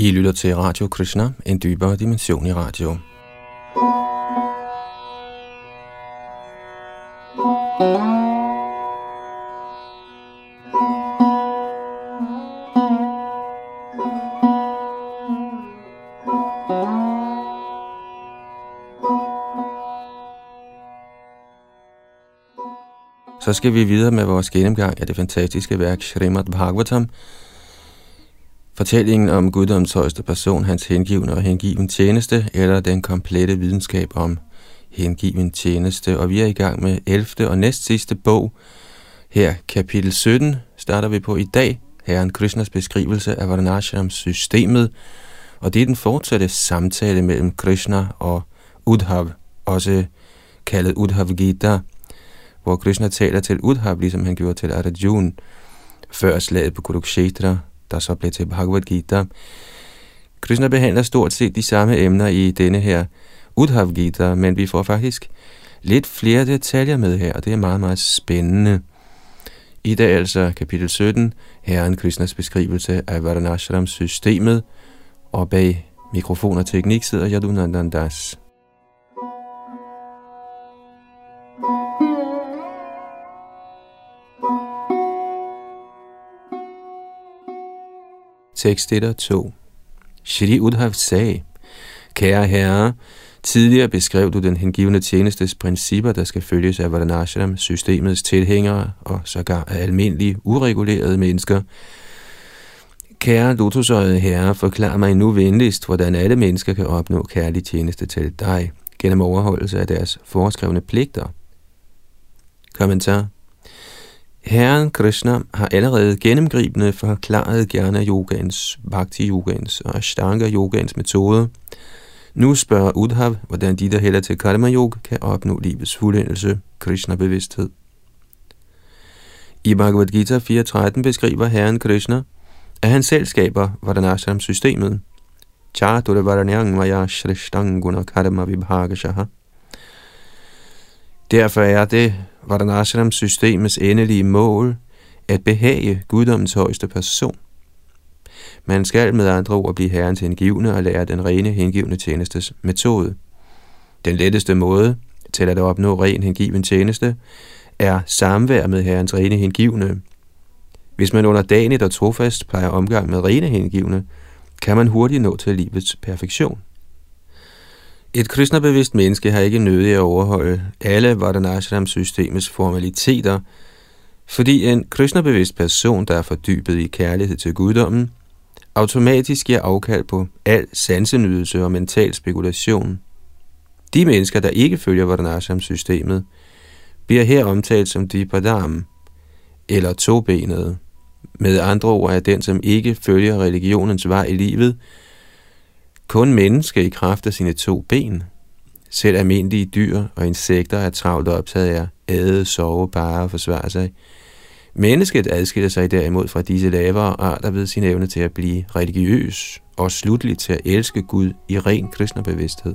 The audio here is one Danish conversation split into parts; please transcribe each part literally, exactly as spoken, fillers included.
I lytter til Radio Krishna, en dybere dimension i radio. Så skal vi videre med vores gennemgang af det fantastiske værk Srimad Bhagavatam. Fortællingen om guddommens højeste person, hans hengivne og hengiven tjeneste, eller den komplette videnskab om hengiven tjeneste. Og vi er i gang med ellevte og næst sidste bog. Her, kapitel sytten, starter vi på i dag. Herren Krishnas beskrivelse af Varnashram-systemet. Og det er den fortsatte samtale mellem Krishna og Uddhav, også kaldet Uddhav Gita, hvor Krishna taler til Uddhav, ligesom han gjorde til Arjuna, før slaget på Kurukshetra, der så blev til Bhagavad Gita. Krishna behandler stort set de samme emner i denne her Uddhav Gita, men vi får faktisk lidt flere detaljer med her, og det er meget, meget spændende. I dag altså kapitel sytten, Herren Krishnas beskrivelse af Varnashram-systemet, og bag mikrofon og teknik sidder Yadunandan Das. Tekst et og to. Shri Uddhav sagde: Kære herre, tidligere beskrev du den hengivne tjenestes principper, der skal følges af Varnashram-systemets tilhængere og sågar af almindelige, uregulerede mennesker. Kære lotusøjede herre, forklar mig nu venligst, hvordan alle mennesker kan opnå kærlig tjeneste til dig, gennem overholdelse af deres foreskrevne pligter. Kommentar. Herren Krishna har allerede gennemgribende forklaret Jnana-yogaens, Bhakti-yogaens og Ashtanga-yogaens metode. Nu spørger Uddhav, hvordan de, der hælder til karma-yoga, kan opnå livets fuldendelse, Krishna-bevidsthed. I Bhagavad Gita fire tretten beskriver Herren Krishna, at han selv skaber Varnashram-systemet. Chatura varanyang maya shrishtam guna karma vibhagashaha. Derfor er det Varnashram-systemets endelige mål at behage guddommens højeste person. Man skal med andre ord blive herrens hengivne og lære den rene hengivne tjenestes metode. Den letteste måde til at opnå ren hengiven tjeneste er samvær med herrens rene hengivne. Hvis man underdanigt og trofast plejer omgang med rene hengivne, kan man hurtigt nå til livets perfektion. Et Krishna-bevidst menneske har ikke nødig at overholde alle Varnashram-systemets formaliteter, fordi en Krishna-bevidst person, der er fordybet i kærlighed til guddommen, automatisk giver afkald på al sansenydelse og mental spekulation. De mennesker, der ikke følger Varnashram-systemet, bliver her omtalt som Dipadam, eller tobenede. Med andre ord er den, som ikke følger religionens vej i livet, kun menneske i kraft af sine to ben. Selv almindelige dyr og insekter er travlt optaget af at æde, sove, bare og forsvare sig. Mennesket adskiller sig derimod fra disse lavere arter ved sin evne til at blive religiøs og slutligt til at elske Gud i ren Krishna-bevidsthed.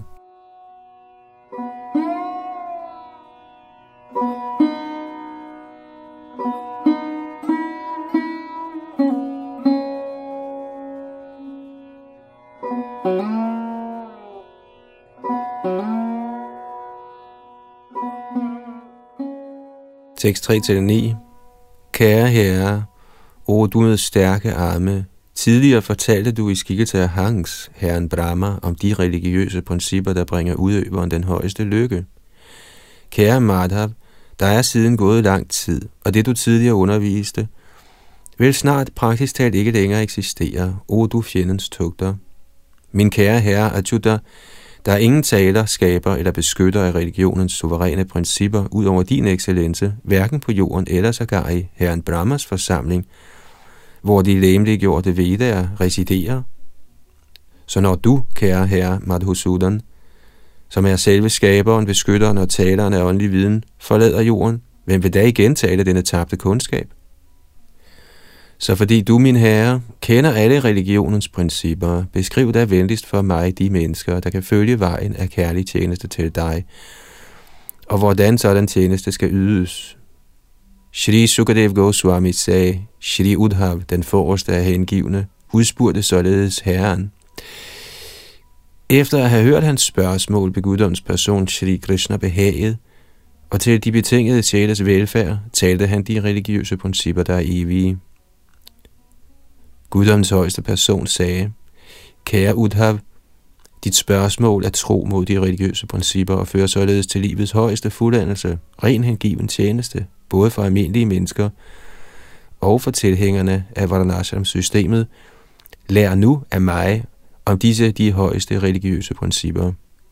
Tekst tre til ni. Kære herre, o du med stærke arme, tidligere fortalte du i skikkelse af Hangs, herren Brahma, om de religiøse principper, der bringer udøveren den højeste lykke. Kære Madhav, der er siden gået lang tid, og det du tidligere underviste, vil snart praktisk talt ikke længere eksistere, o du fjendens tugter. Min kære herre Achyuta, der er ingen taler, skaber eller beskytter af religionens suveræne principper ud over din excellence, hverken på jorden eller sågar i herren Brahmas forsamling, hvor de legemliggjorte Vedaer residerer. Så når du, kære herre Madhusudan, som er selve skaberen, beskytteren og taleren af åndelig viden, forlader jorden, hvem vil da igen tale denne tabte kundskab? Så fordi du, min herre, kender alle religionens principper, beskriv da venligst for mig de mennesker, der kan følge vejen af kærlig tjeneste til dig, og hvordan sådan tjeneste skal ydes. Shri Sukadev Goswami sagde, Shri Uddhav, den forreste af hengivne, udspurgte således herren. Efter at have hørt hans spørgsmål, blev guddoms person Shri Krishna behaget, og til de betingede sjæles velfærd talte han de religiøse principper, der er evige. Guddoms højeste person sagde: Kære Uddhav, dit spørgsmål er tro mod de religiøse principper og fører således til livets højeste fuldendelse, ren hengiven tjeneste, både for almindelige mennesker og for tilhængerne af Varnashram-systemet. Lær nu af mig om disse de højeste religiøse principper.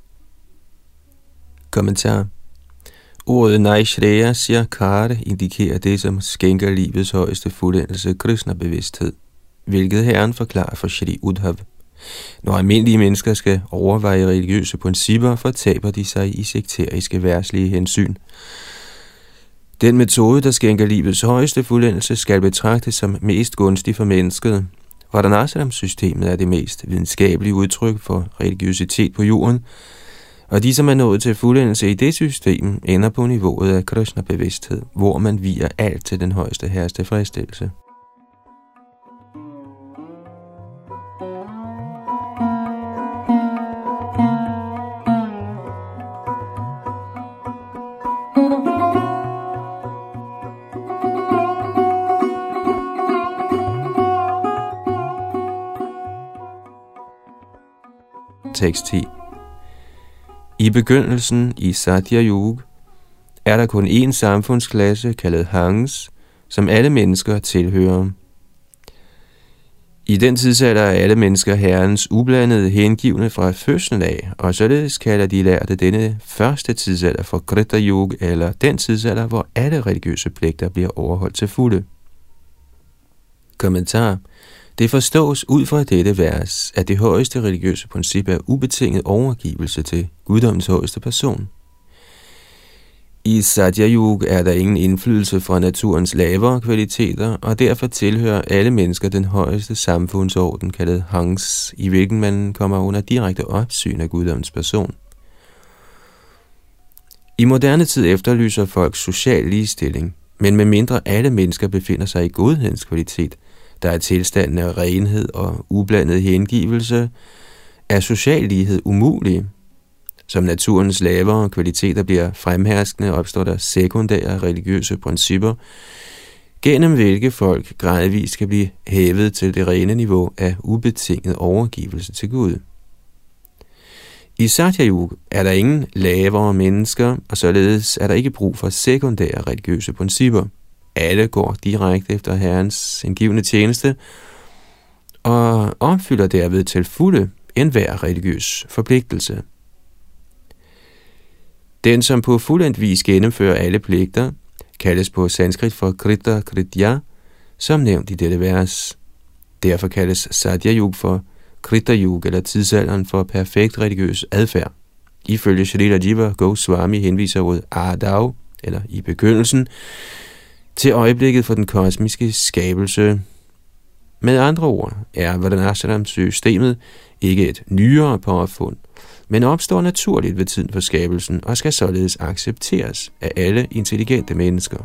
Kommentar. Ordet Naishreyasya Kare indikerer det, som skænker livets højeste fuldendelse, Krishna-bevidsthed, hvilket herren forklarer for Shri Uddhav. Når almindelige mennesker skal overveje religiøse principper, fortaber de sig i sekteriske verslige hensyn. Den metode, der skænker livets højeste fuldendelse, skal betragtes som mest gunstig for mennesket. Varnashram-systemet er det mest videnskabelige udtryk for religiøsitet på jorden, og de, som er nået til fuldendelse i det system, ender på niveauet af Krishna-bevidsthed, hvor man viger alt til den højeste herres tilfredsstillelse. Tekst ti. I begyndelsen i Satya Yuga er der kun én samfundsklasse, kaldet Hangs, som alle mennesker tilhører. I den tidsalder er alle mennesker herrens ublandede hengivne fra fødslen af, og således kalder de lærte denne første tidsalder for Krita Yuga, eller den tidsalder, hvor alle religiøse pligter bliver overholdt til fulde. Kommentar. Det forstås ud fra dette vers, at det højeste religiøse princip er ubetinget overgivelse til guddommens højeste person. I Satya Yuga er der ingen indflydelse fra naturens lavere kvaliteter, og derfor tilhører alle mennesker den højeste samfundsorden, kaldet Hangs, i hvilken man kommer under direkte opsyn af guddommens person. I moderne tid efterlyser folk social ligestilling, men med mindre alle mennesker befinder sig i godhedens kvalitet, der er tilstanden af renhed og ublandet hengivelse, er social lighed umulig. Som naturens lavere kvaliteter bliver fremherskende, opstår der sekundære religiøse principper, gennem hvilke folk gradvist kan blive hævet til det rene niveau af ubetinget overgivelse til Gud. I Satya Yuga er der ingen lavere mennesker, og således er der ikke brug for sekundære religiøse principper. Alle går direkte efter herrens hengivne tjeneste og opfylder derved til fulde enhver religiøs forpligtelse. Den, som på fuldendt vis gennemfører alle pligter, kaldes på sanskrit for Krita Kritya, som nævnt i dette vers. Derfor kaldes Satya Yuga for Krita Yuga, eller tidsalderen for perfekt religiøs adfærd. Ifølge Shrila Jiva Goswami henviser ordet Adav, eller i begyndelsen, til øjeblikket for den kosmiske skabelse. Med andre ord er Varnashram-systemet ikke et nyere påfund, men opstår naturligt ved tiden for skabelsen og skal således accepteres af alle intelligente mennesker.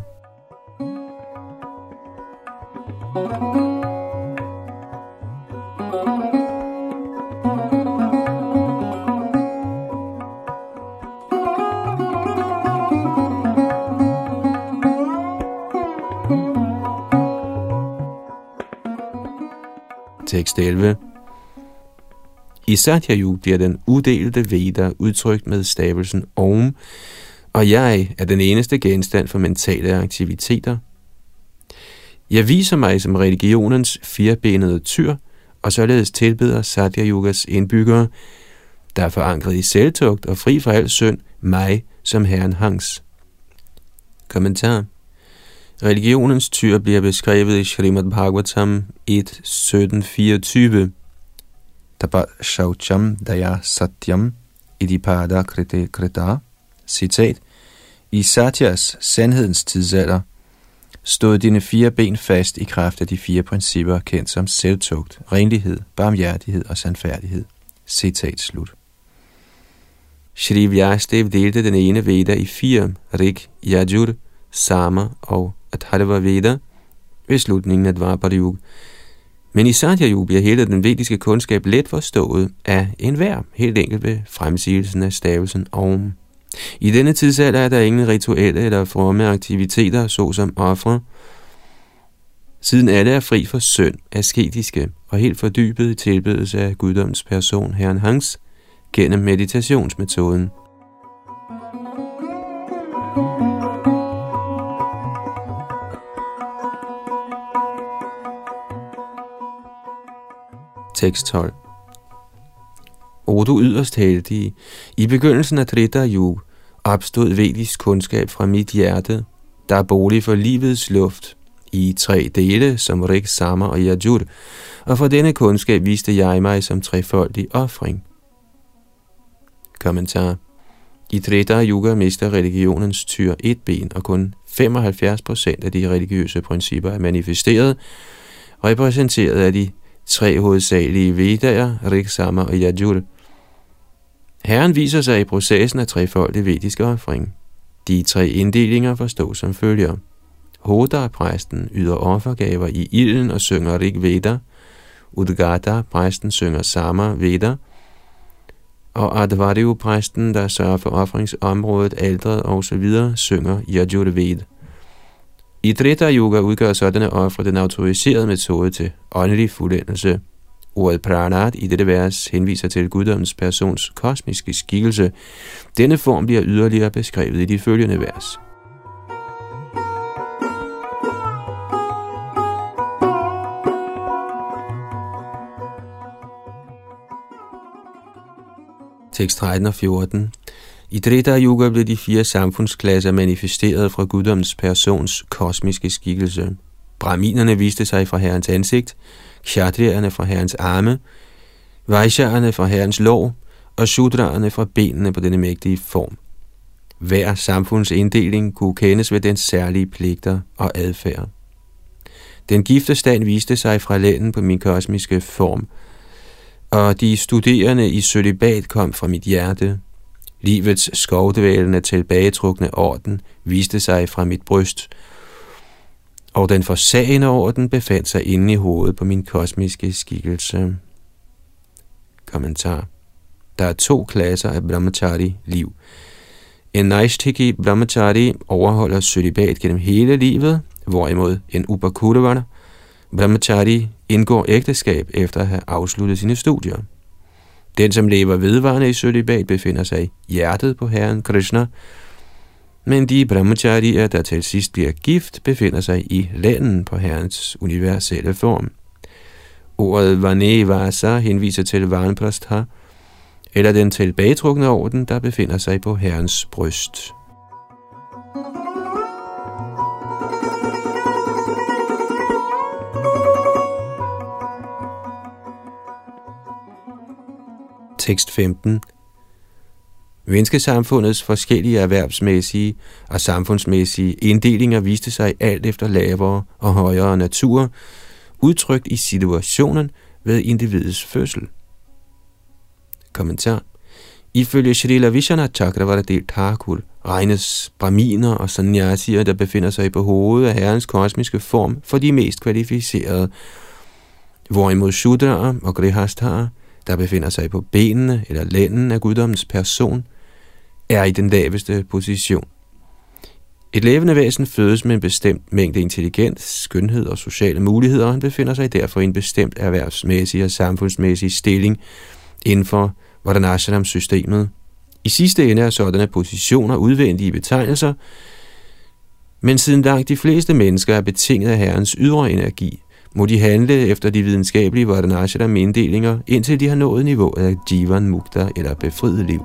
Tekst elleve. I Satya Yuga bliver den udelte Veda udtrykt med stavelsen Om, og jeg er den eneste genstand for mentale aktiviteter. Jeg viser mig som religionens firbenede tyr, og således tilbeder Satya Yugas indbyggere, der er forankret i selvtugt og fri for al synd, mig som herren Hangs. Kommentar. Religionens tyr bliver beskrevet i Srimad Bhagavatam et sytten fireogtyve. Tapa shaucham daya satyam idipada krite krita. Citat. I Satyas, sandhedens tidsalder, stod dine fire ben fast i kraft af de fire principper, kendt som selvtugt, renlighed, barmhjertighed og sandfærdighed. Citat slut. Shri Vyastev delte den ene Veda i fire, Rig, Yajur, Sama og Atharva Veda ved slutningen af Dvapara Yuga. Men i Satya-yuga bliver hele den vediske kundskab let forstået af enhver, helt enkelt ved fremsigelsen af stavelsen Om. I denne tidsalder er der ingen rituelle eller fromme aktiviteter, såsom ofre, siden alle er fri for synd, asketiske og helt fordybet i tilbedelse af guddoms person, Herren Hans, gennem meditationsmetoden. Tekst tolv. O du yderst heldige, i begyndelsen af Treta Yuga opstod vedisk kundskab fra mit hjerte, der er bolig for livets luft, i tre dele som Rig, Sama og Yajur, og for denne kundskab viste jeg mig som trefoldig ofring. Kommentar. I Treta Yuga mister religionens tyr et ben, og kun femoghalvfjerds procent af de religiøse principper er manifesteret, repræsenteret af de tre hovedsagelige Vedaer, Rig, Sama og Yajur. Herren viser sig i processen af trefoldig vedisk ofring. De tre inddelinger forstås som følger. Hoda-præsten yder offergaver i ilden og synger Rig Veda. Udgata-præsten synger Sama Veda. Og Advaryu-præsten, der sørger for ofringsområdet, alteret osv., synger Yajur Veda. I Treta Yuga udgør sådanne ofre den autoriserede metode til åndelig fuldendelse. Ordet pranat i dette vers henviser til guddommens persons kosmiske skikkelse. Denne form bliver yderligere beskrevet i de følgende vers. Tekst tretten og fjorten. I Treta Yuga blev de fire samfundsklasser manifesteret fra guddommens persons kosmiske skikkelse. Brahminerne viste sig fra herrens ansigt, kshatriyerne fra herrens arme, vaishyerne fra herrens lår og shudraerne fra benene på denne mægtige form. Hver samfundsinddeling kunne kendes ved dens særlige pligter og adfærd. Den gifte stand viste sig fra lænden på min kosmiske form, og de studerende i cølibat kom fra mit hjerte. Livets skovdvælende tilbagetrukne orden viste sig fra mit bryst, og den forsagende orden befandt sig inde i hovedet på min kosmiske skikkelse. Kommentar. Der er to klasser af brahmachari-liv. En naishtiki brahmachari overholder cølibat gennem hele livet, hvorimod en upakurvana brahmachari indgår ægteskab efter at have afsluttet sine studier. Den, som lever vedvarende i cølibat, befinder sig i hjertet på Herren Krishna, men de brahmacharier, der til sidst bliver gift, befinder sig i lænden på Herrens universelle form. Ordet Vanevasa henviser til Vanprastha, eller den tilbagetrukne orden, der befinder sig på Herrens bryst. Tekst femten. Menneskesamfundets forskellige erhvervsmæssige og samfundsmæssige inddelinger viste sig alt efter lavere og højere natur, udtrykt i situationen ved individets fødsel. Kommentar. Ifølge Shrila Vishwanath Chakravarti Thakur regnes brahminer og sannyasier, der befinder sig på hovedet af herrens kosmiske form, for de mest kvalificerede, hvorimod shudraer og grihasthaer, der befinder sig på benene eller lænden af guddommens person, er i den laveste position. Et levende væsen fødes med en bestemt mængde intelligens, skønhed og sociale muligheder, og han befinder sig derfor i en bestemt erhvervsmæssig og samfundsmæssig stilling inden for Varnashram-systemet. I sidste ende er sådanne positioner udvendige betegnelser, men siden langt de fleste mennesker er betinget af herrens ydre energi, må de handle efter de videnskabelige Varnashram-inddelinger, indtil de har nået niveauet af Jivan Mukta eller befriet liv.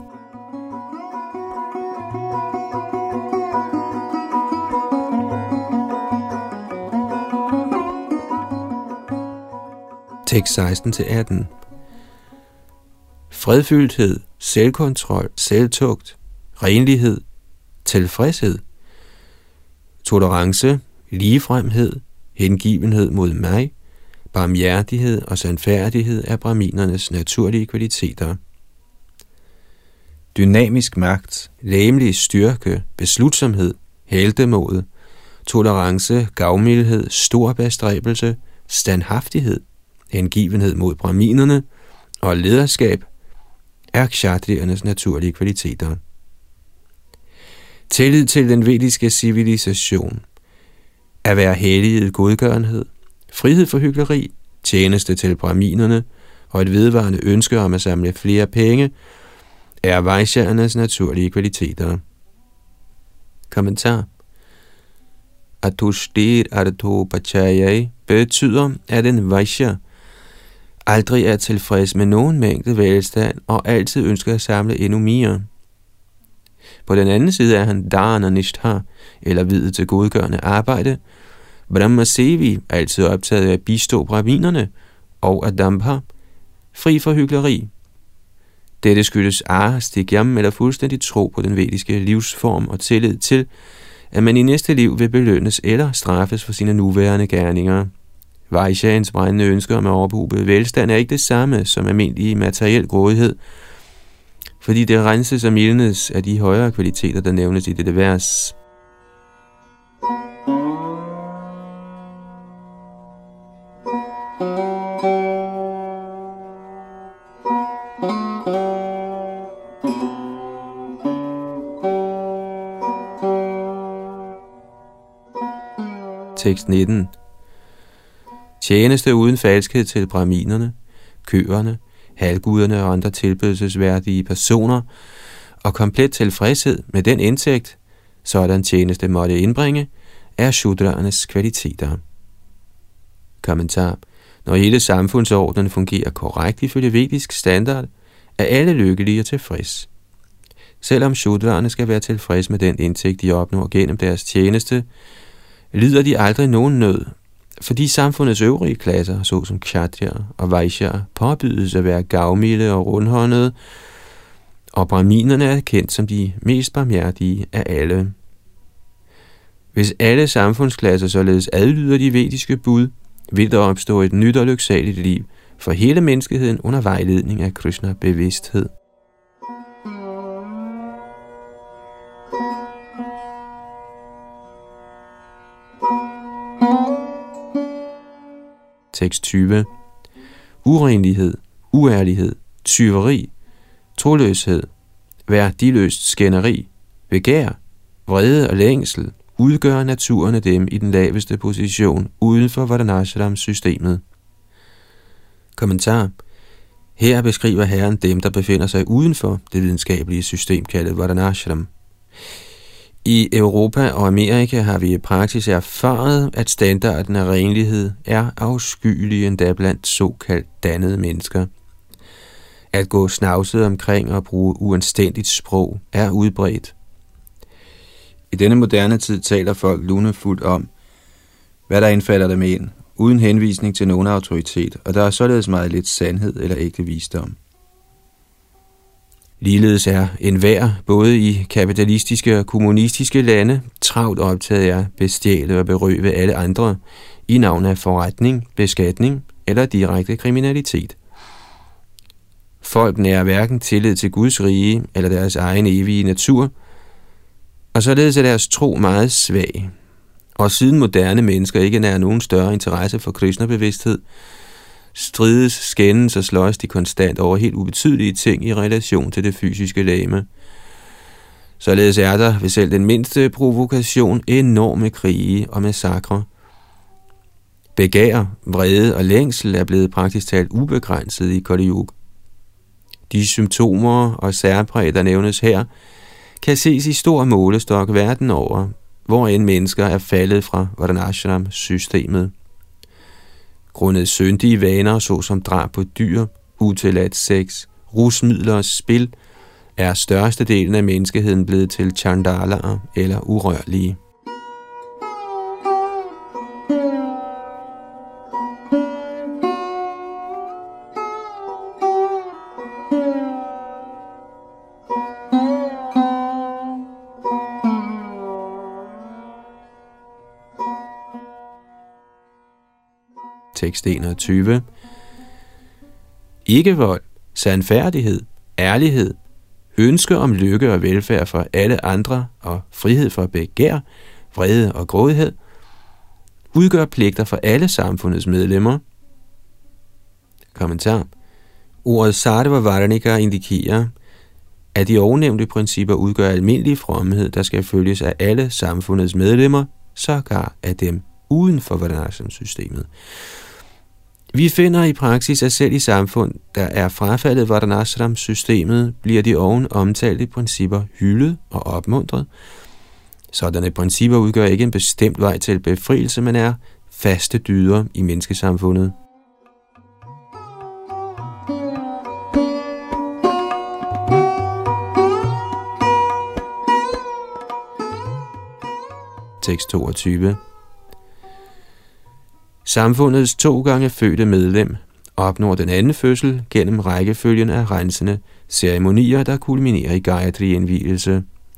Tekst seksten til atten. Fredfyldthed, selvkontrol, selvtugt, renlighed, tilfredshed, tolerance, ligefremhed, hengivenhed mod mig, barmhjertighed og sandfærdighed er brahminernes naturlige kvaliteter. Dynamisk magt, legemlig styrke, beslutsomhed, heltemod, tolerance, gavmildhed, stor bestræbelse, standhaftighed, hengivenhed mod brahminerne og lederskab er kshatriyernes naturlige kvaliteter. Tillid til den vediske civilisation, at være helliget godgørenhed, frihed for hykleri, tjeneste til brahminerne og et vedvarende ønske om at samle flere penge, er vaishyaernes naturlige kvaliteter. Kommentar. Atushtir artho pachayai betyder, at en vaishya aldrig er tilfreds med nogen mængde velstand og altid ønsker at samle endnu mere. På den anden side er han dharana nishtha, eller videt til godgørende arbejde, Brahma Sevi, altid optaget af at bistå brahminerne, og Adambha, fri for hykleri. Dette skyldes astigyam, eller fuldstændig tro på den vediske livsform og tillid til, at man i næste liv vil belønnes eller straffes for sine nuværende gerninger. Vaishyaens brændende ønsker om at overbube velstand er ikke det samme som almindelig materiel grådighed, fordi det renses og mildnes af de højere kvaliteter, der nævnes i dette vers. Tekst nitten. Tjeneste uden falskhed til brahminerne, køerne, halvguderne og andre tilbedelsesværdige personer, og komplet tilfredshed med den indtægt, sådan tjeneste måtte indbringe, er shudraernes kvaliteter. Kommentar. Når hele samfundsordenen fungerer korrekt ifølge vedisk standard, er alle lykkelige og tilfreds. Selvom shudraerne skal være tilfreds med den indtægt, de opnår gennem deres tjeneste, lider de aldrig nogen nød, fordi samfundets øvrige klasser, såsom kshatriyer og vaishyaer, påbydes at være gavmilde og rundhåndede, og brahminerne er kendt som de mest barmhjertige af alle. Hvis alle samfundsklasser således adlyder de vediske bud, vil der opstå et nyt og lyksaligt liv for hele menneskeheden under vejledning af Krishna-bevidsthed. Tekst tyve. Urenlighed, uærlighed, tyveri, troløshed, værdiløst skænderi, begær, vrede og længsel udgør naturerne dem i den laveste position uden for Varnashram-systemet. Kommentar. Her beskriver Herren dem, der befinder sig uden for det videnskabelige system kaldet Varnashram. I Europa og Amerika har vi i praksis erfaret, at standarden af renlighed er afskyelig endda blandt såkaldt dannede mennesker. At gå snavset omkring og bruge uanstændigt sprog er udbredt. I denne moderne tid taler folk lunefuldt om, hvad der indfalder dem ind, uden henvisning til nogen autoritet, og der er således meget lidt sandhed eller ægte visdom. Ligeledes er enhver, både i kapitalistiske og kommunistiske lande, travlt optaget af at bestjæle og berøve alle andre i navn af forretning, beskatning eller direkte kriminalitet. Folk nærer hverken tillid til Guds rige eller deres egen evige natur, og således er deres tro meget svag. Og siden moderne mennesker ikke nærer nogen større interesse for Krishna-bevidsthed, strides, skændes og slås de konstant over helt ubetydelige ting i relation til det fysiske legeme. Således er der ved selv den mindste provokation enorme krige og massakre. Begær, vrede og længsel er blevet praktisk talt ubegrænset i Kali Yuga. De symptomer og særpræg, der nævnes her, kan ses i stor målestok verden over, hvor en mennesker er faldet fra Varnashram-systemet. Grundet syndige vaner, såsom drab på dyr, utilladt sex, rusmidler og spil, er størstedelen af menneskeheden blevet til chandalaer eller urørlige. Tekst enogtyve. Ikke vold, sandfærdighed, ærlighed, ønske om lykke og velfærd for alle andre og frihed for begær, vrede og grådighed udgør pligter for alle samfundets medlemmer. Kommentar. Ordet Sarva Varnika indikerer, at de ovennævnte principper udgør almindelig fromhed, der skal følges af alle samfundets medlemmer, sågar af dem uden for varnashram-systemet. Vi finder i praksis, at selv i samfund, der er frafaldet varnashram-systemet, bliver de oven omtalte principper hyldet og opmuntret. Sådanne principper udgør ikke en bestemt vej til befrielse, men er faste dyder i menneskesamfundet. Tekst toogtyve. Samfundets to gange fødte medlem opnår den anden fødsel gennem rækkefølgen af rensende ceremonier, der kulminerer i Gayatri-indvielse.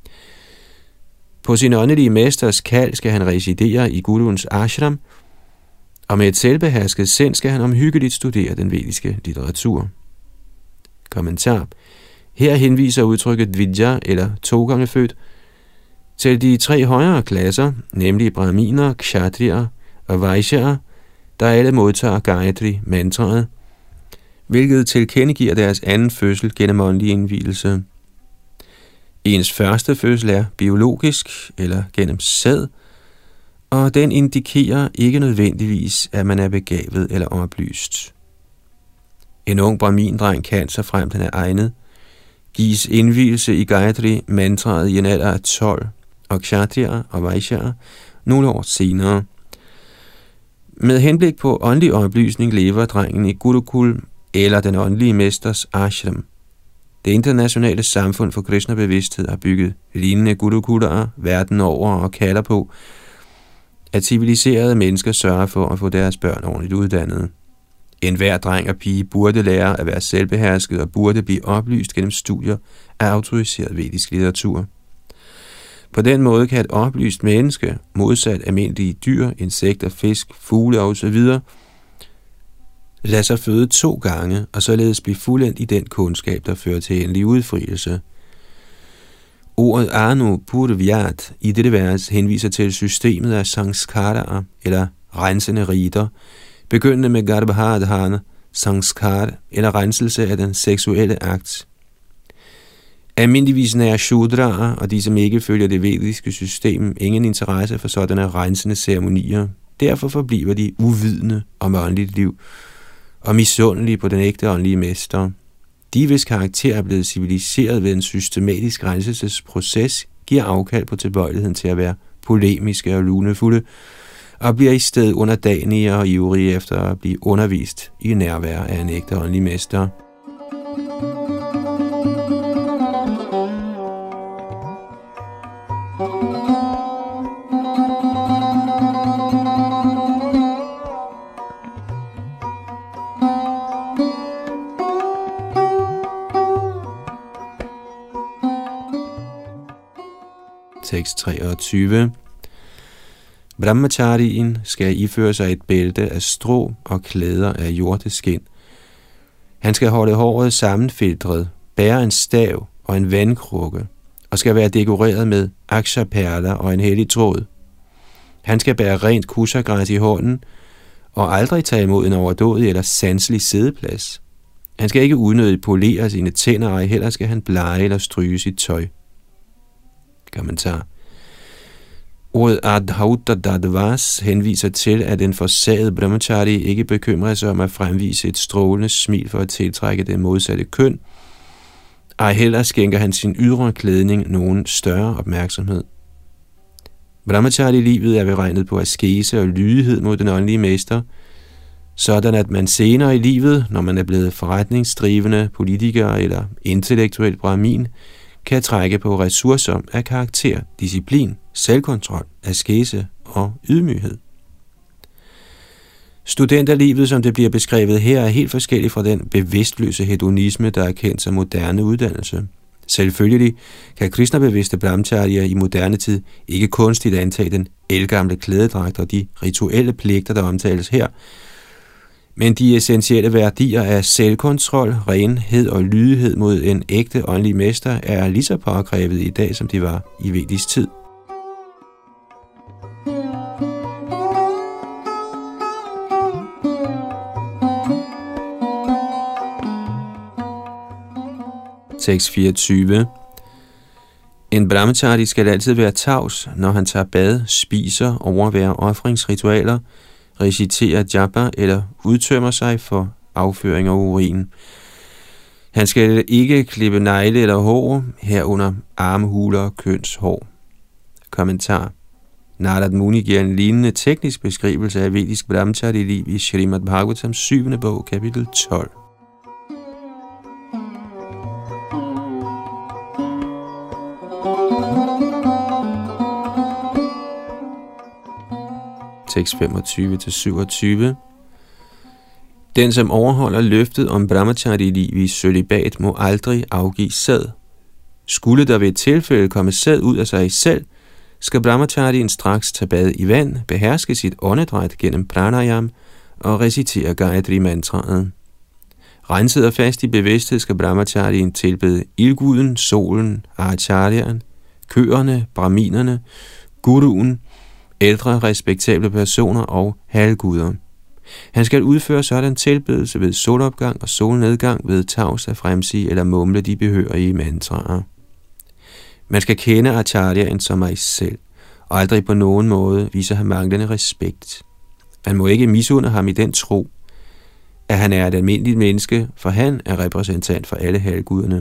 På sin åndelige mesters kald skal han residere i Guruens ashram, og med et selvbehersket sind skal han omhyggeligt studere den vediske litteratur. Kommentar. Her henviser udtrykket Dvijja, eller to gange født, til de tre højere klasser, nemlig brahminer, kshatriyer og vaishyaer, der alle modtager Gayatri-mantraet, hvilket tilkendegiver deres anden fødsel gennem åndelig indvielse. Ens første fødsel er biologisk eller gennem sæd, og den indikerer ikke nødvendigvis, at man er begavet eller oplyst. En ung brahmin-dreng kan, så fremt han er egnet, gives indvielse i Gayatri-mantraet i en alder af tolv, og kshatriyer og vaishyaer nogle år senere. Med henblik på åndelig oplysning lever drengen i Gurukul eller den åndelige mesters ashram. Det internationale samfund for Krishna-bevidsthed har bygget lignende gurukularer verden over og kalder på, at civiliserede mennesker sørger for at få deres børn ordentligt uddannet. En hver dreng og pige burde lære at være selvbehersket og burde blive oplyst gennem studier af autoriseret vedisk litteratur. På den måde kan et oplyst menneske, modsat almindelige dyr, insekter, fisk, fugle osv., lade sig føde to gange og således blive fuldendt i den kundskab, der fører til endelig udfrielse. Ordet Anu Purvyat i dette vers henviser til systemet af sanskaraer, eller rensende riter, begyndende med Garbhadhana, sanskar, eller renselse af den seksuelle akt. Almindeligvis er shudraer og de, som ikke følger det vediske system, ingen interesse for sådanne rensende ceremonier. Derfor forbliver de uvidende om åndeligt liv og misundelige på den ægte åndelige mester. De, hvis karakter er blevet civiliseret ved en systematisk renselsesproces, giver afkald på tilbøjeligheden til at være polemiske og lunefulde, og bliver i stedet underdanige og ivrige efter at blive undervist i nærvær af en ægte åndelig mester. Tekst treogtyve. Brahmacharien skal iføre sig et bælte af strå og klæder af hjorteskind. Han skal holde håret sammenfiltret, bære en stav og en vandkrukke, og skal være dekoreret med akshaperler og en hellig tråd. Han skal bære rent kusagræs i hånden, og aldrig tage imod en overdådig eller sanselig siddeplads. Han skal ikke unødigt polere sine tænder, og heller skal han blege eller stryge sit tøj. Kommentar. Ordet Adhauta Dadvas henviser til, at en forsaget brahmachari ikke bekymrer sig om at fremvise et strålende smil for at tiltrække det modsatte køn. Ej heller skænker han sin ydre klædning nogen større opmærksomhed. Brahmachari-livet er beregnet på askese og lydighed mod den åndelige mester, sådan at man senere i livet, når man er blevet forretningsdrivende, politiker eller intellektuel brahmin, kan trække på ressourcer af karakter, disciplin, selvkontrol, askese og ydmyghed. Studenterlivet, som det bliver beskrevet her, er helt forskelligt fra den bevidstløse hedonisme, der er kendt som moderne uddannelse. Selvfølgelig kan Krishna-bevidste brahmacharier i moderne tid ikke kunstigt antage den ældgamle klædedragt og de rituelle pligter, der omtales her, men de essentielle værdier af selvkontrol, renhed og lydighed mod en ægte åndelig mester er lige så påkrævet i dag, som de var i vedisk tid. Tekst fireogtyve. En brahmachari skal altid være tavs, når han tager bad, spiser, overværer ofringsritualer, reciterer japa eller udtømmer sig for afføring og urin. Han skal ikke klippe negle eller hår, herunder armhuler og kønshår. Kommentar. Narad Muni giver en lignende teknisk beskrivelse af vedisk brahmachari-liv i Srimad Bhagavatams syvende bog, kapitel tolv. Tekst femogtyve til syvogtyve. Den, som overholder løftet om brahmachari-liv i cølibat, må aldrig afgive sæd. Skulle der ved et tilfælde komme sæd ud af sig selv, skal brahmacharien straks tage bad i vand, beherske sit åndedræt gennem pranayam og recitere Gayatri-mantraet. Renset og fast i bevidsthed skal brahmacharien tilbede ildguden, solen, acharyaen, køerne, brahminerne, guruen, ældre respektable personer og halvguder. Han skal udføre sådan tilbedelse ved solopgang og solnedgang ved tavs at fremsige eller mumle de behørige mantraer. Man skal kende acharyaen som mig selv, og aldrig på nogen måde vise ham manglende respekt. Man må ikke misunde ham i den tro, at han er et almindeligt menneske, for han er repræsentant for alle halvguderne.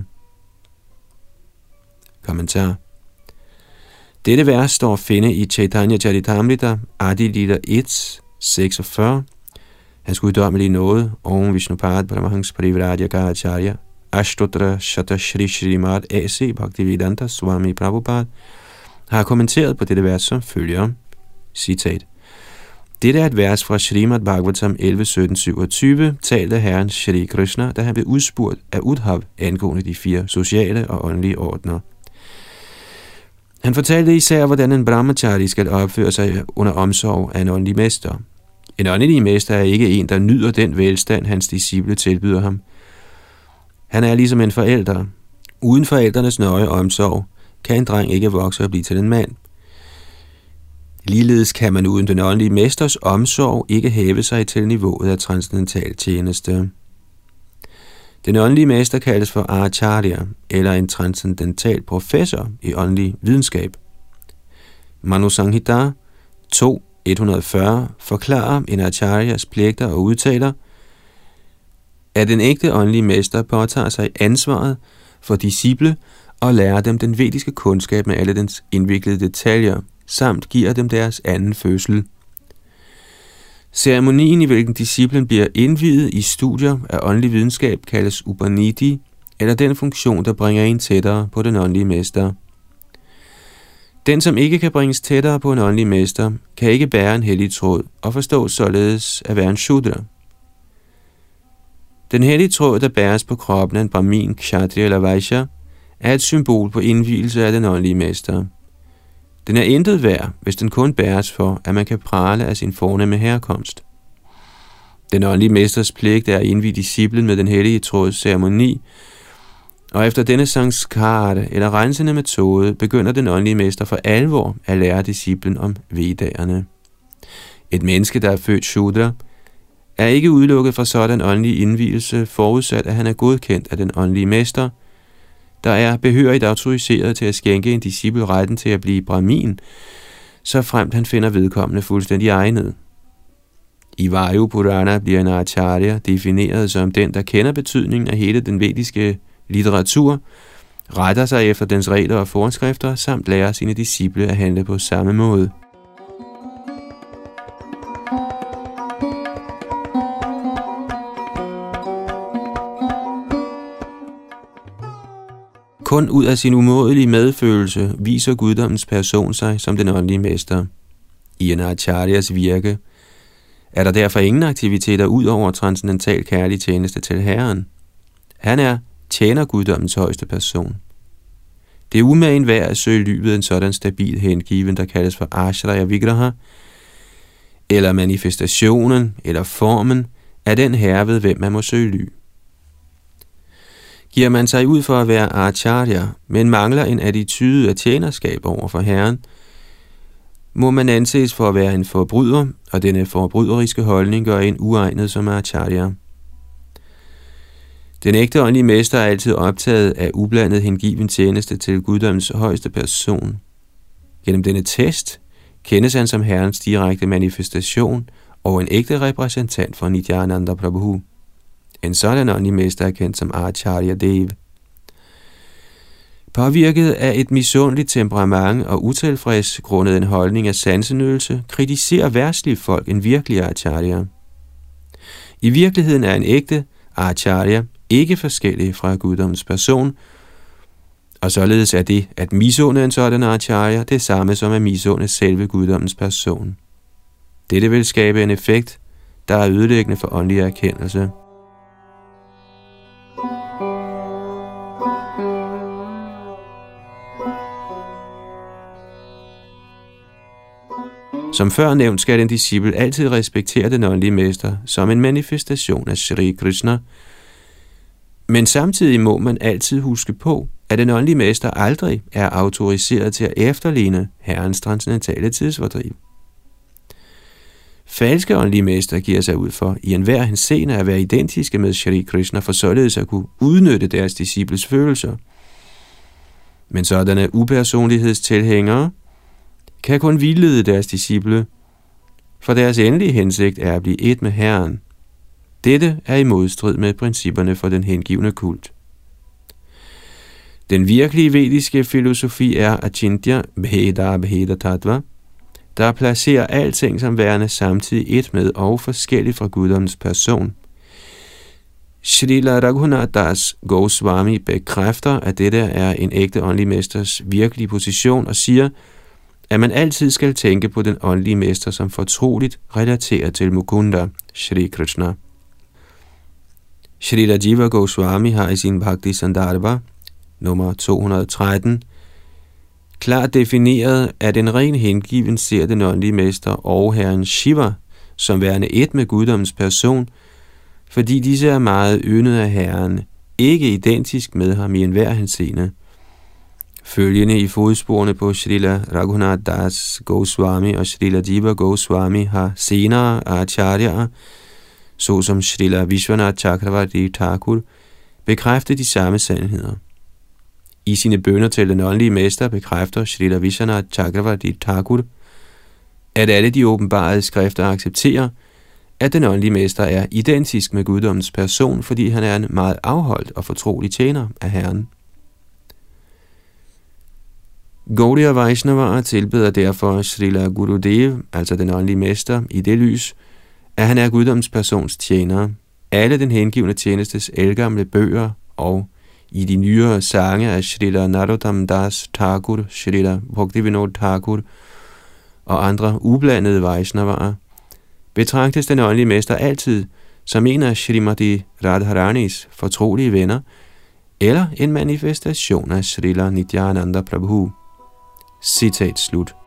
Kommentar. Dette vers står at finde i Chaitanya Charitamrita, Adi Lila et, seksogfyrre. Hans guddommelige nåde, Om Vishnupad Brahmahans Parivraja Acharya, Ashtotra Shata Shri Shrimad A C Bhaktivedanta Swami Prabhupada, har kommenteret på dette vers som følger. Citat. Dette er et vers fra Srimad Bhagavatam elleve sytten syvogtyve, talt af Herren Shri Krishna, da han blev udspurgt af Uddhav angående de fire sociale og åndelige ordner. Han fortalte især, hvordan en brahmachari skal opføre sig under omsorg af en åndelig mester. En åndelig mester er ikke en, der nyder den velstand, hans disciple tilbyder ham. Han er ligesom en forælder. Uden forældrenes nøje omsorg kan en dreng ikke vokse og blive til en mand. Ligeledes kan man uden den åndelige mesters omsorg ikke hæve sig til niveauet af transcendental tjeneste. Den åndelige mester kaldes for acharya, eller en transcendental professor i åndelig videnskab. Manu Sanghita to et hundrede og fyrre forklarer en acharyas pligter og udtaler, at den ægte åndelige mester påtager sig ansvaret for disciple og lærer dem den vediske kundskab med alle dens indviklede detaljer, samt giver dem deres anden fødsel. Ceremonien, i hvilken disciplen bliver indviet i studier af åndelig videnskab, kaldes Upaniti, eller den funktion, der bringer en tættere på den åndelige mester. Den, som ikke kan bringes tættere på en åndelig mester, kan ikke bære en hellig tråd og forstås således at være en shudra. Den hellige tråd, der bæres på kroppen af en brahmin, kshatriya eller vaishya, er et symbol på indvielse af den åndelige mester. Den er intet værd, hvis den kun bæres for, at man kan prale af sin fornemme herkomst. Den åndelige mesters pligt er at indvie disciplen med den hellige tråds ceremoni, og efter denne sanskara eller rensende metode begynder den åndelige mester for alvor at lære disciplen om vedderne. Et menneske, der er født shudra, er ikke udelukket fra sådan åndelig indvielse, forudsat at han er godkendt af den åndelige mester, der er behørigt autoriseret til at skænke en disciple retten til at blive brahmin, så fremt han finder vedkommende fuldstændig egnet. I Vayu Purana bliver en acharya defineret som den, der kender betydningen af hele den vediske litteratur, retter sig efter dens regler og forskrifter, samt lærer sine disciple at handle på samme måde. Kun ud af sin umådelige medfølelse viser guddommens person sig som den åndelige mester. I en acharyas virke er der derfor ingen aktiviteter ud over transcendental kærlig tjeneste til Herren. Han er tjener guddommens højeste person. Det er umagen værd at søge lyvet af en sådan stabil hengiven, der kaldes for ashraya vigraha, eller manifestationen eller formen af den herre, ved hvem man må søge ly. Giver man sig ud for at være acharya, men mangler en attitude af tjenerskab over for Herren, må man anses for at være en forbryder, og denne forbryderiske holdning gør en uegnet som acharya. Den ægte åndelige mester er altid optaget af ublandet hengiven tjeneste til guddommens højeste person. Gennem denne test kendes han som Herrens direkte manifestation og en ægte repræsentant for Nityananda Prabhu. En sådan åndelig mester er kendt som Acharya Dev. Påvirket af et misundeligt temperament og utilfreds grundet en holdning af sansenydelse, kritiserer verdslige folk en virkelig Acharya. I virkeligheden er en ægte Acharya ikke forskellig fra guddommens person, og således er det at misunde en sådan Acharya det samme som at misunde selve guddommens person. Dette vil skabe en effekt, der er ødelæggende for åndelig erkendelse. Som før nævnt skal en disciple altid respektere den åndelige mester som en manifestation af Shri Krishna, men samtidig må man altid huske på, at den åndelige mester aldrig er autoriseret til at efterligne Herrens transcendentale tidsfordriv. Falske åndelige mester giver sig ud for i enhver henseende at være identiske med Shri Krishna for således at kunne udnytte deres disciples følelser. Men sådanne upersonlighedstilhængere kan kun vildlede deres disciple, for deres endelige hensigt er at blive et med Herren. Dette er i modstrid med principperne for den hengivne kult. Den virkelige vediske filosofi er Achintya Bheda Bheda Tattva, der placerer alting som værende samtidig et med og forskelligt fra guddommens person. Srila Raghunath Das Goswami bekræfter, at dette er en ægte åndelig mesters virkelige position og siger, at man altid skal tænke på den åndelige mester som fortroligt relateret til Mukunda, Shri Krishna. Shrila Jiva Goswami har i sin Bhakti Sandarbha, nummer to hundrede og tretten, klart defineret, at en ren hengiven ser den åndelige mester og herren Shiva som værende et med guddommens person, fordi disse er meget yndet af herren, ikke identisk med ham i enhver henseende. Følgende i fodsporene på Srila Raghunath Das Goswami og Srila Jiva Goswami har senere acharyaer, såsom Srila Vishwanath Chakravarti Thakur, bekræftet de samme sandheder. I sine bønner til den åndelige mester bekræfter Srila Vishwanath Chakravarti Thakur, at alle de åbenbarede skrifter accepterer, at den åndelige mester er identisk med guddommens person, fordi han er en meget afholdt og fortrolig tjener af Herren. Gaudiya Vaishnavaer tilbeder derfor Srila Gurudev, altså den åndelige mester, i det lys, at han er guddommens persons tjener. Alle den hengivne tjenestes ældgamle bøger og i de nyere sange af Srila Narottam Das Thakur, Srila Bhaktivinoda Thakur og andre ublandede Vaishnavaer, betragtes den åndelige mester altid som en af Srimati Radharanis fortrolige venner, eller en manifestation af Srila Nityananda Prabhu. Citat slut.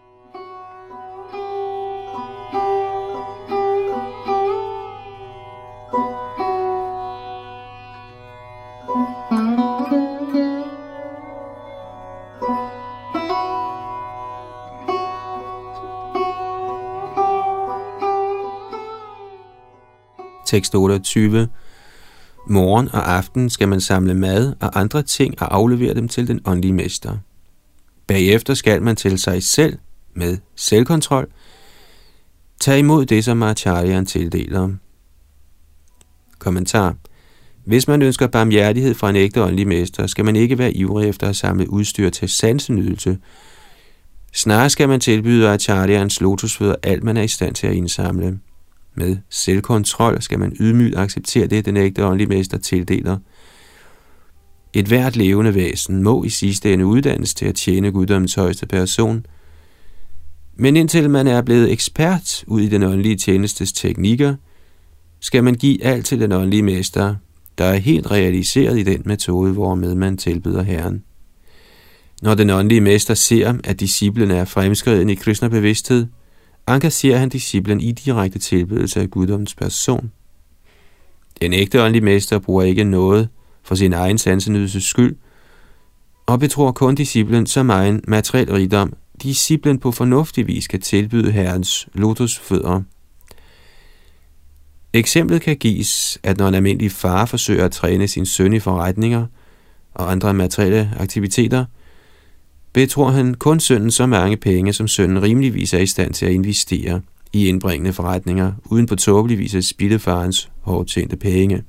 Tekst otteogtyve. Morgen og aften skal man samle mad og andre ting og aflevere dem til den åndelige mester. Bagefter skal man til sig selv med selvkontrol tage imod det, som acharyaen tildeler. Kommentar. Hvis man ønsker barmhjertighed fra en ægte åndelig mester, skal man ikke være ivrig efter at samle udstyr til sansenydelse. Snarere skal man tilbyde acharyaens lotusfødder alt, man er i stand til at indsamle. Med selvkontrol skal man ydmygt acceptere det, den ægte åndelige mester tildeler. Et hvert levende væsen må i sidste ende uddannes til at tjene guddommens højeste person, men indtil man er blevet ekspert ud i den åndelige tjenestes teknikker, skal man give alt til den åndelige mester, der er helt realiseret i den metode, hvormed man tilbyder Herren. Når den åndelige mester ser, at disciplen er fremskreden i Krishna-bevidsthed, engagerer han disciplen i direkte tilbedelse af guddommens person. Den ægte åndelige mester bruger ikke noget for sin egen sansenydelses skyld, og betror kun disciplen som egen materiel rigdom, disciplen på fornuftig vis kan tilbyde Herrens lotusfødder. Eksemplet kan gives, at når en almindelig far forsøger at træne sin søn i forretninger og andre materielle aktiviteter, betror han kun sønnen så mange penge, som sønnen rimeligvis er i stand til at investere i indbringende forretninger, uden på tåbelig vis at spilde farens hårdt tjente penge.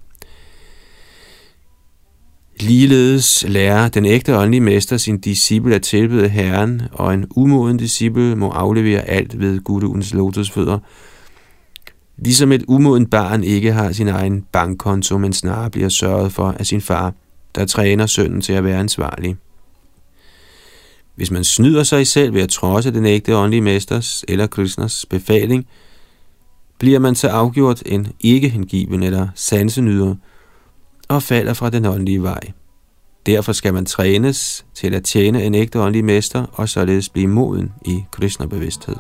Ligeledes lærer den ægte åndelige mester sin disciple at tilbede Herren, og en umoden disciple må aflevere alt ved Guruens lotusfødder, ligesom et umoden barn ikke har sin egen bankkonto, men snarere bliver sørget for af sin far, der træner sønnen til at være ansvarlig. Hvis man snyder sig selv ved at trodse den ægte åndelige mesters eller Krishnas befaling, bliver man så afgjort en ikke-hengiven eller sansenyder og falder fra den åndelige vej. Derfor skal man trænes til at tjene en ægte åndelig mester og således blive moden i Krishna-bevidsthed.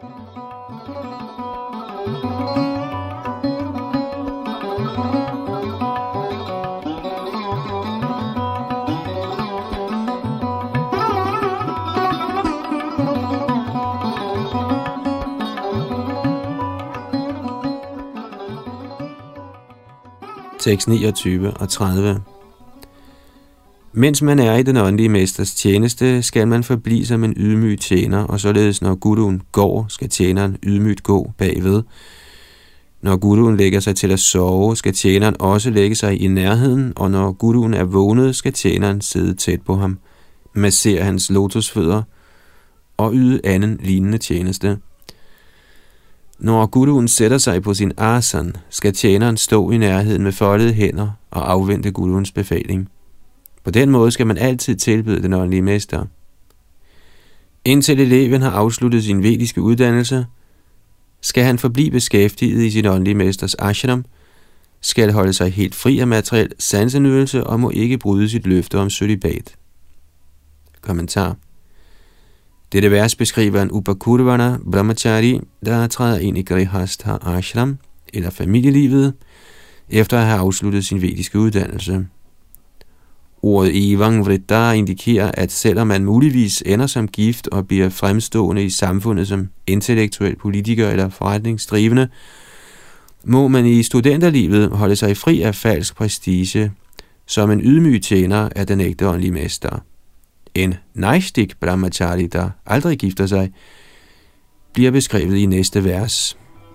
Tekst niogtyve og tredive. Mens man er i den åndelige mesters tjeneste, skal man forblive som en ydmyg tjener, og således når guruen går, skal tjeneren ydmygt gå bagved. Når guruen lægger sig til at sove, skal tjeneren også lægge sig i nærheden, og når guruen er vågnet, skal tjeneren sidde tæt på ham, massere hans lotusfødder og yde anden lignende tjeneste. Når guruen sætter sig på sin asan, skal tjeneren stå i nærheden med foldede hænder og afvente guruens befaling. På den måde skal man altid tilbede den åndelige mester. Indtil eleven har afsluttet sin vediske uddannelse, skal han forblive beskæftiget i sin åndelige mesters ashram, skal holde sig helt fri af materiel sansenydelse og må ikke bryde sit løfte om sølibat. Kommentar. Dette vers beskriver en upakurvana brahmachari, der træder ind i grihastha ashram, eller familielivet, efter at have afsluttet sin vediske uddannelse. Ordet evang vritta indikerer, at selvom man muligvis ender som gift og bliver fremstående i samfundet som intellektuel politiker eller forretningsdrivende, må man i studenterlivet holde sig fri af falsk prestige, som en ydmyg tjener af den ægte åndelige mester. En naistik brahmachari, der aldrig gifter sig, bliver beskrevet i næste vers.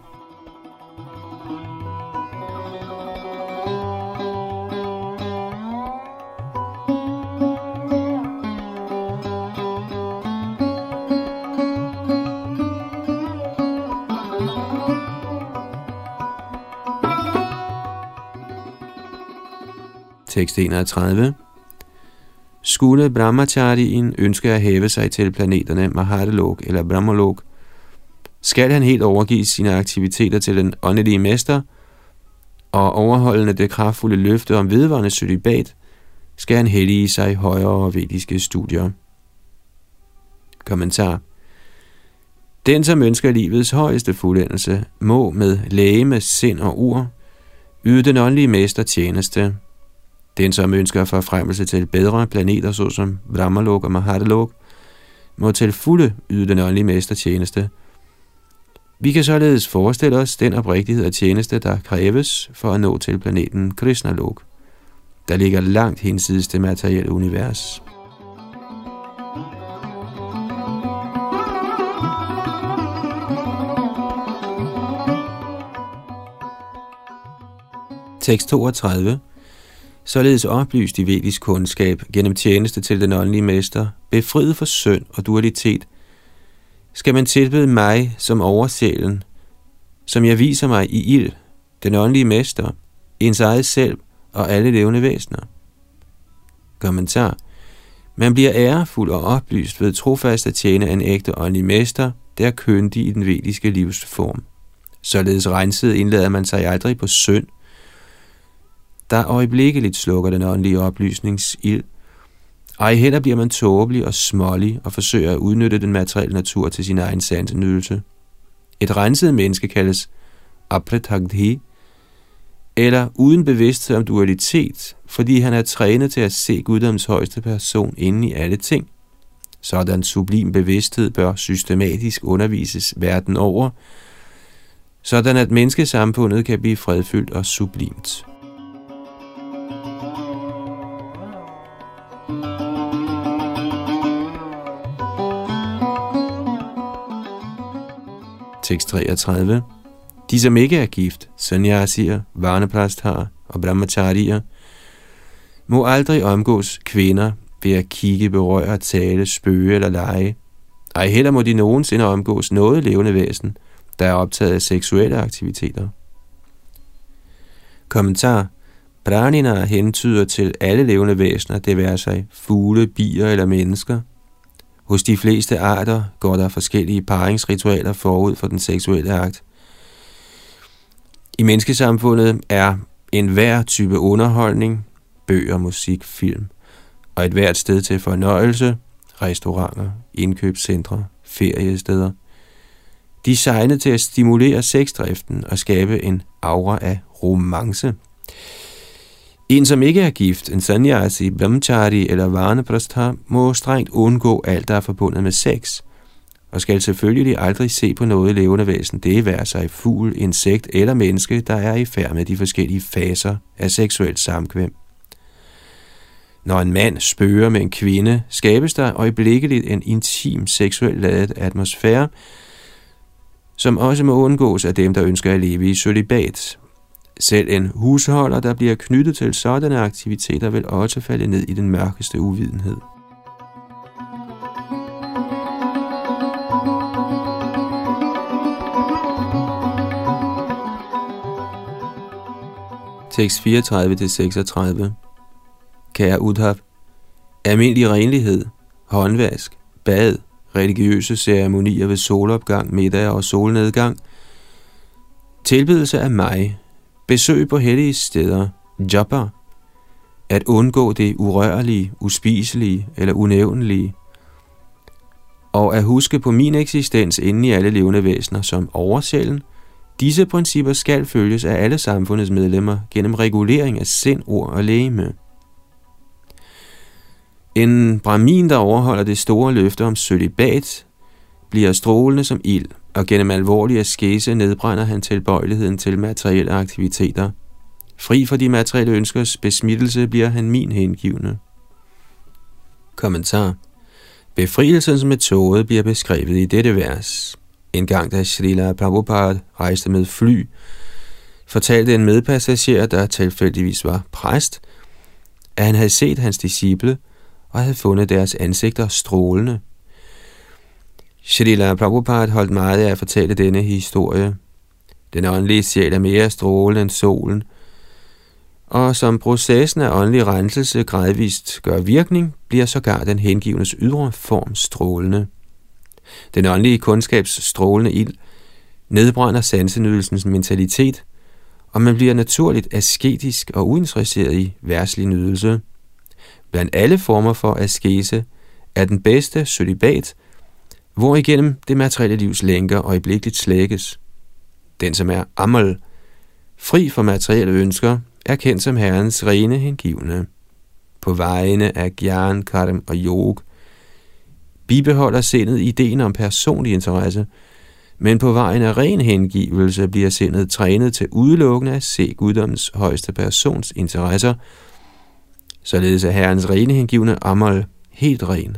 Tekst enogtredive. Skulle brahmacharien ønske at hæve sig til planeterne Mahadelok eller Brahmalok, skal han helt overgive sine aktiviteter til den åndelige mester, og overholdende det kraftfulde løfte om vedvarende cølibat, skal han hellige sig højere vediske studier. Kommentar. Den, som ønsker livets højeste fuldendelse, må med legeme, sind og ord yde den åndelige mester tjeneste. Den, som ønsker forfremmelse til bedre planeter, såsom Brahmalok og Mahadelok, må til fulde yde den åndelige mester tjeneste. Vi kan således forestille os den oprigtighed af tjeneste, der kræves for at nå til planeten Krishnalok, der ligger langt hinsides det materielle univers. Tekst toogtredive. Således oplyst i vedisk kundskab gennem tjeneste til den åndelige mester, befriet for synd og dualitet, skal man tilbede mig som oversjælen, som jeg viser mig i ild, den åndelige mester, ens eget selv og alle levende væsener. Kommentar. Man bliver ærefuld og oplyst ved trofast at tjene en ægte åndelig mester, der er kyndig i den vediske livsform. Således renset indlader man sig aldrig på synd, der øjeblikkeligt slukker den åndelige oplysningsild. Ej heller bliver man tåbelig og smålig og forsøger at udnytte den materielle natur til sin egen sansenydelse. Et renset menneske kaldes apratagdhi, eller uden bevidsthed om dualitet, fordi han er trænet til at se guddoms højeste person inde i alle ting. Sådan sublim bevidsthed bør systematisk undervises verden over, sådan at menneskesamfundet kan blive fredfyldt og sublimt. Tekst treogtredive. De, som ikke er gift, sannyasier, varnaprasthar og brahmacharier, må aldrig omgås kvinder ved at kigge, berøre, tale, spøge eller lege. Ej heller må de nogensinde omgås noget levende væsen, der er optaget af seksuelle aktiviteter. Kommentar. Pranina hentyder til alle levende væsener, det være sig fugle, bier eller mennesker. Hos de fleste arter går der forskellige paringsritualer forud for den seksuelle akt. I menneskesamfundet er enhver type underholdning, bøger, musik, film og et hvert sted til fornøjelse, restauranter, indkøbscentre, feriesteder, designet til at stimulere sexdriften og skabe en aura af romance. En, som ikke er gift, en sannyasi, brahmachari eller varnaprastha, må strengt undgå alt, der er forbundet med sex, og skal selvfølgelig aldrig se på noget levende væsen, det være sig fugl, insekt eller menneske, der er i færd med de forskellige faser af seksuelt samkvem. Når en mand spøger med en kvinde, skabes der øjeblikkeligt en intim, seksuelt ladet atmosfære, som også må undgås af dem, der ønsker at leve i cølibat. Selv en husholder, der bliver knyttet til sådanne aktiviteter, vil også falde ned i den mørkeste uvidenhed. Tekst fireogtredive til seksogtredive. Kære Uddhav, almindelig renlighed, håndvask, bad, religiøse ceremonier ved solopgang, middag og solnedgang, tilbedelse af mig, besøg på hellige steder, japa, at undgå det urørlige, uspiselige eller unævnlige, og at huske på min eksistens inde i alle levende væsener som oversjælen. Disse principper skal følges af alle samfundets medlemmer gennem regulering af sind, ord og legeme. En brahmin, der overholder det store løfte om cølibat, bliver strålende som ild, og gennem alvorlig askese nedbrænder han tilbøjeligheden til materielle aktiviteter. Fri for de materielle ønskers besmittelse bliver han min hengivne. Kommentar. Befrielsens metode bliver beskrevet i dette vers. En gang da Srila Prabhupada rejste med fly, fortalte en medpassager, der tilfældigvis var præst, at han havde set hans disciple og havde fundet deres ansigter strålende. Srila Prabhupada holdt meget af at fortælle denne historie. Den åndelige sjæl er mere strålende end solen, og som processen af åndelig renselse gradvist gør virkning, bliver sågar den hengivnes ydre form strålende. Den åndelige kundskabs strålende ild nedbrænder sansenydelsens mentalitet, og man bliver naturligt asketisk og uinteresseret i verdslig nydelse. Blandt alle former for askese er den bedste cølibat, hvor igennem det materielle livs lænker øjeblikkeligt slækkes. Den, som er amal, fri for materielle ønsker, er kendt som Herrens rene hengivne. På vegne af gyan, karm og yog bibeholder sindet ideen om personlig interesse, men på vejen af ren hengivelse bliver sindet trænet til udelukkende at se guddommens højeste persons interesser, således er Herrens rene hengivne amal helt ren.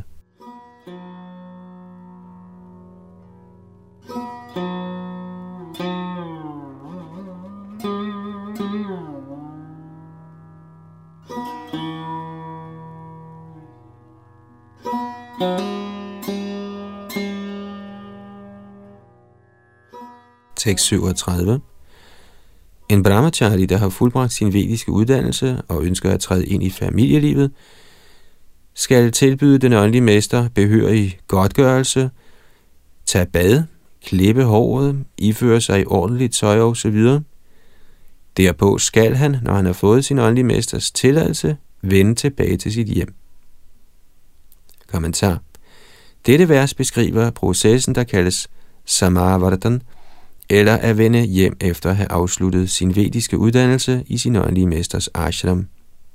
Tekst syvogtredive. En brahmachari, der har fuldbragt sin vediske uddannelse og ønsker at træde ind i familielivet, skal tilbyde den åndelige mester behørig godtgørelse, tage bad, klippe håret, iføre sig i ordentligt tøj osv. Derpå skal han, når han har fået sin åndelige mesters tilladelse, vende tilbage til sit hjem. Kommentar. Dette vers beskriver processen, der kaldes samavardhan, eller at vende hjem efter at have afsluttet sin vediske uddannelse i sin åndelige mesters ashram.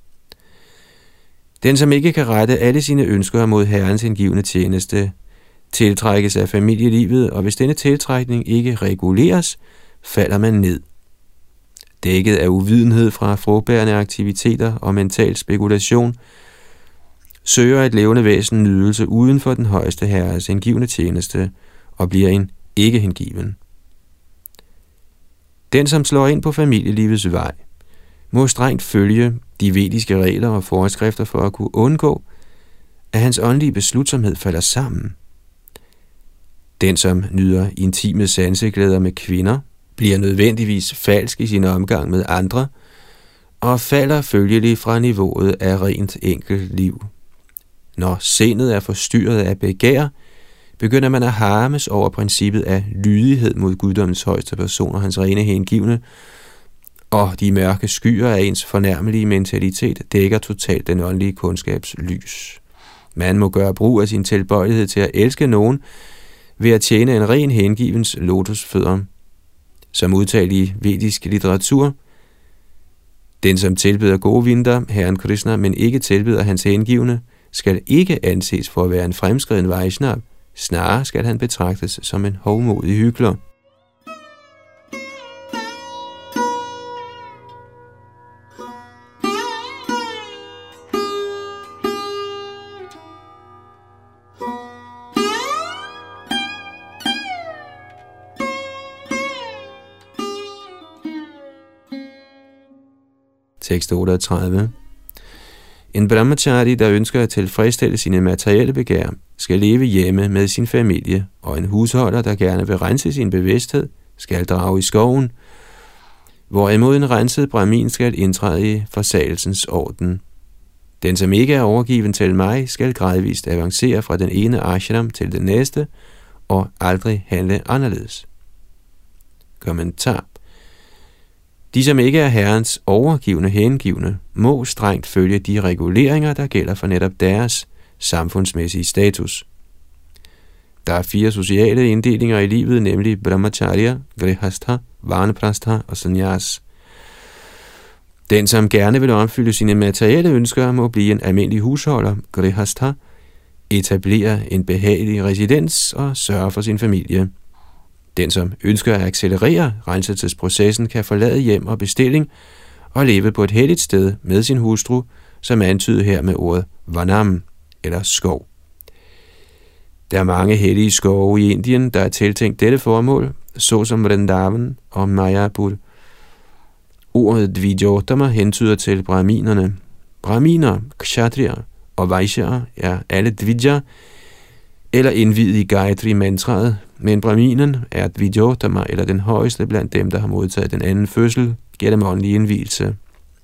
Den, som ikke kan rette alle sine ønsker mod Herrens hengivne tjeneste, tiltrækkes af familielivet, og hvis denne tiltrækning ikke reguleres, falder man ned. Dækket af uvidenhed fra frugtbærende aktiviteter og mental spekulation, søger et levende væsen nydelse uden for den højeste herres hengivne tjeneste og bliver en ikke-hengiven. Den, som slår ind på familielivets vej, må strengt følge de vediske regler og forskrifter for at kunne undgå, at hans åndelige beslutsomhed falder sammen. Den, som nyder intime sanseglæder med kvinder, bliver nødvendigvis falsk i sin omgang med andre, og falder følgelig fra niveauet af rent enkelt liv. Når sindet er forstyrret af begær, begynder man at harmes over princippet af lydighed mod guddommens højeste person og hans rene hengivne, og de mørke skyer af ens fornærmelige mentalitet dækker totalt den åndelige kundskabs lys. Man må gøre brug af sin tilbøjelighed til at elske nogen ved at tjene en ren hengivens lotusfødder. Som udtalt i vedisk litteratur, den som tilbeder Govinda, herren Krishna, men ikke tilbeder hans hengivne, skal ikke anses for at være en fremskreden Vaishnav, snarere skal han betragtes som en hovmodig hykler. Tekst otteogtredive. En brahmachari, der ønsker at tilfredsstille sine materielle begær, skal leve hjemme med sin familie, og en husholder, der gerne vil rense sin bevidsthed, skal drage i skoven, hvorimod en renset brahmin skal indtræde i forsagelsens orden. Den, som ikke er overgiven til mig, skal gradvist avancere fra den ene ashram til den næste, og aldrig handle anderledes. Kommentar. De, som ikke er herrens overgivne hengivne, må strengt følge de reguleringer, der gælder for netop deres samfundsmæssige status. Der er fire sociale inddelinger i livet, nemlig brahmacharya, grihastha, vanaprastha og sannyas. Den, som gerne vil opfylde sine materielle ønsker, må blive en almindelig husholder, grihastha, etablere en behagelig residens og sørge for sin familie. Den, som ønsker at accelerere renselsesprocessen, kan forlade hjem og bestilling og leve på et helligt sted med sin hustru, som er antydet her med ordet vanam, eller skov. Der er mange hellige skove i Indien, der er tiltænkt dette formål, såsom Vrindavan og Mayapur. Ordet Dvijotama hentyder til brahminerne. Brahminer, kshatriya og vaishyaer er alle dvija, eller indviet i Gayatri mantraet, men brahminen er Dvijotama, eller den højeste blandt dem, der har modtaget den anden fødsel gennem åndelig indvielse.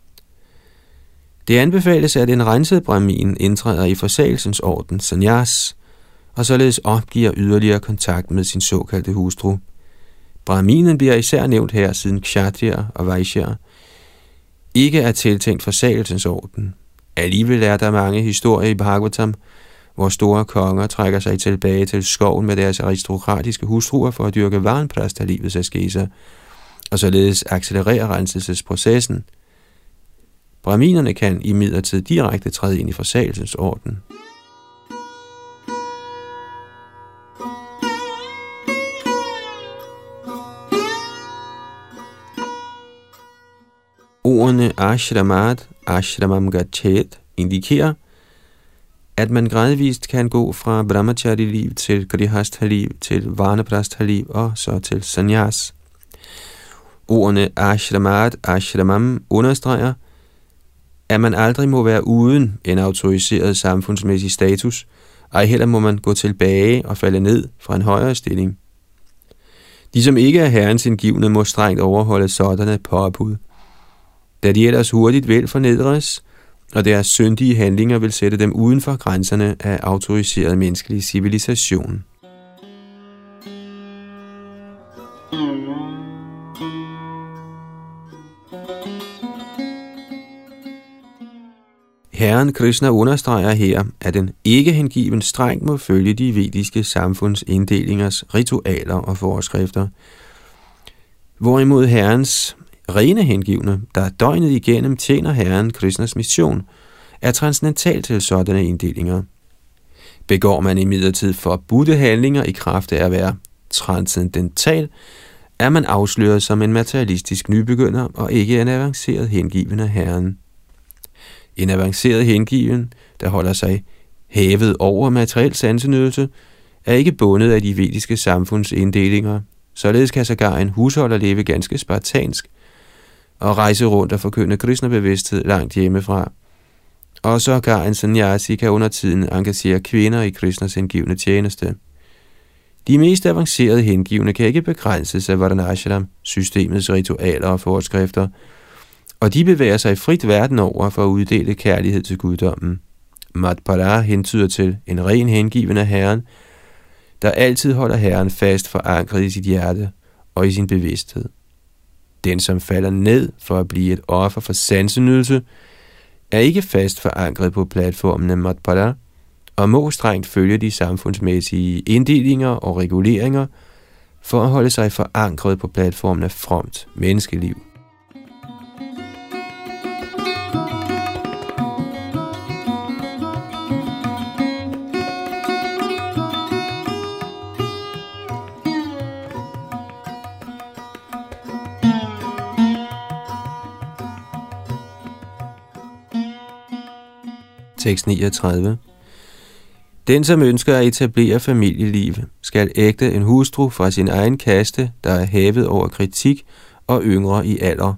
Det anbefales, at en renset brahmin indtræder i forsagelsens orden, sannyas, og således opgiver yderligere kontakt med sin såkaldte hustru. Brahminen bliver især nævnt her, siden kshatriya og vaishyaer ikke er tiltænkt forsagelsens orden. Alligevel er der mange historier i Bhagavatam, hvor store konger trækker sig tilbage til skoven med deres aristokratiske hustruer for at dyrke varenprastha livets askeser, og således accelerere renselsesprocessen. Brahminerne kan imidlertid direkte træde ind i forsagelsens orden. Ordene ashramat, ashramam gachet indikerer, at man gradvist kan gå fra brahmachari-liv til grihastha-liv, til vanaprastha-liv og så til sannyas. Ordene ashramat, ashramam understreger, at man aldrig må være uden en autoriseret samfundsmæssig status, ej heller må man gå tilbage og falde ned fra en højere stilling. De, som ikke er herrens indgivne, må strengt overholde sådanne påbud, da de ellers hurtigt vil fornedres, og deres syndige handlinger vil sætte dem uden for grænserne af autoriseret menneskelig civilisation. Herren Krishna understreger her, at den ikke-hengiven strengt må følge de vediske samfundsinddelingers ritualer og forskrifter, hvorimod herrens rene hengivne, der døgnet igennem tjener herren Krishnas mission, er transcendental til sådanne inddelinger. Begår man imidlertid forbudte handlinger i kraft af at være transcendental, er man afsløret som en materialistisk nybegynder og ikke en avanceret hengiven af Herren. En avanceret hengiven, der holder sig hævet over materiel sansenydelse, er ikke bundet af de vediske samfundsinddelinger. Således kan sågar en husholder leve ganske spartansk og rejse rundt og forkynde Krishna-bevidsthed langt hjemmefra. Og sågar en sannyasi kan under tiden engagere kvinder i Krishnas hengivne tjeneste. De mest avancerede hengivne kan ikke begrænses af Varnashram-systemets ritualer og forskrifter, og de bevæger sig frit verden over for at uddele kærlighed til guddommen. Madhpara hentyder til en ren hengiven af Herren, der altid holder Herren fast forankret i sit hjerte og i sin bevidsthed. Den, som falder ned for at blive et offer for sansenydelse, er ikke fast forankret på platformen af Madhpara, og må strengt følge de samfundsmæssige inddelinger og reguleringer for at holde sig forankret på platformen af fromt menneskeliv. Tekst niogtredive. Den, som ønsker at etablere familieliv, skal ægte en hustru fra sin egen kaste, der er hævet over kritik og yngre i alder.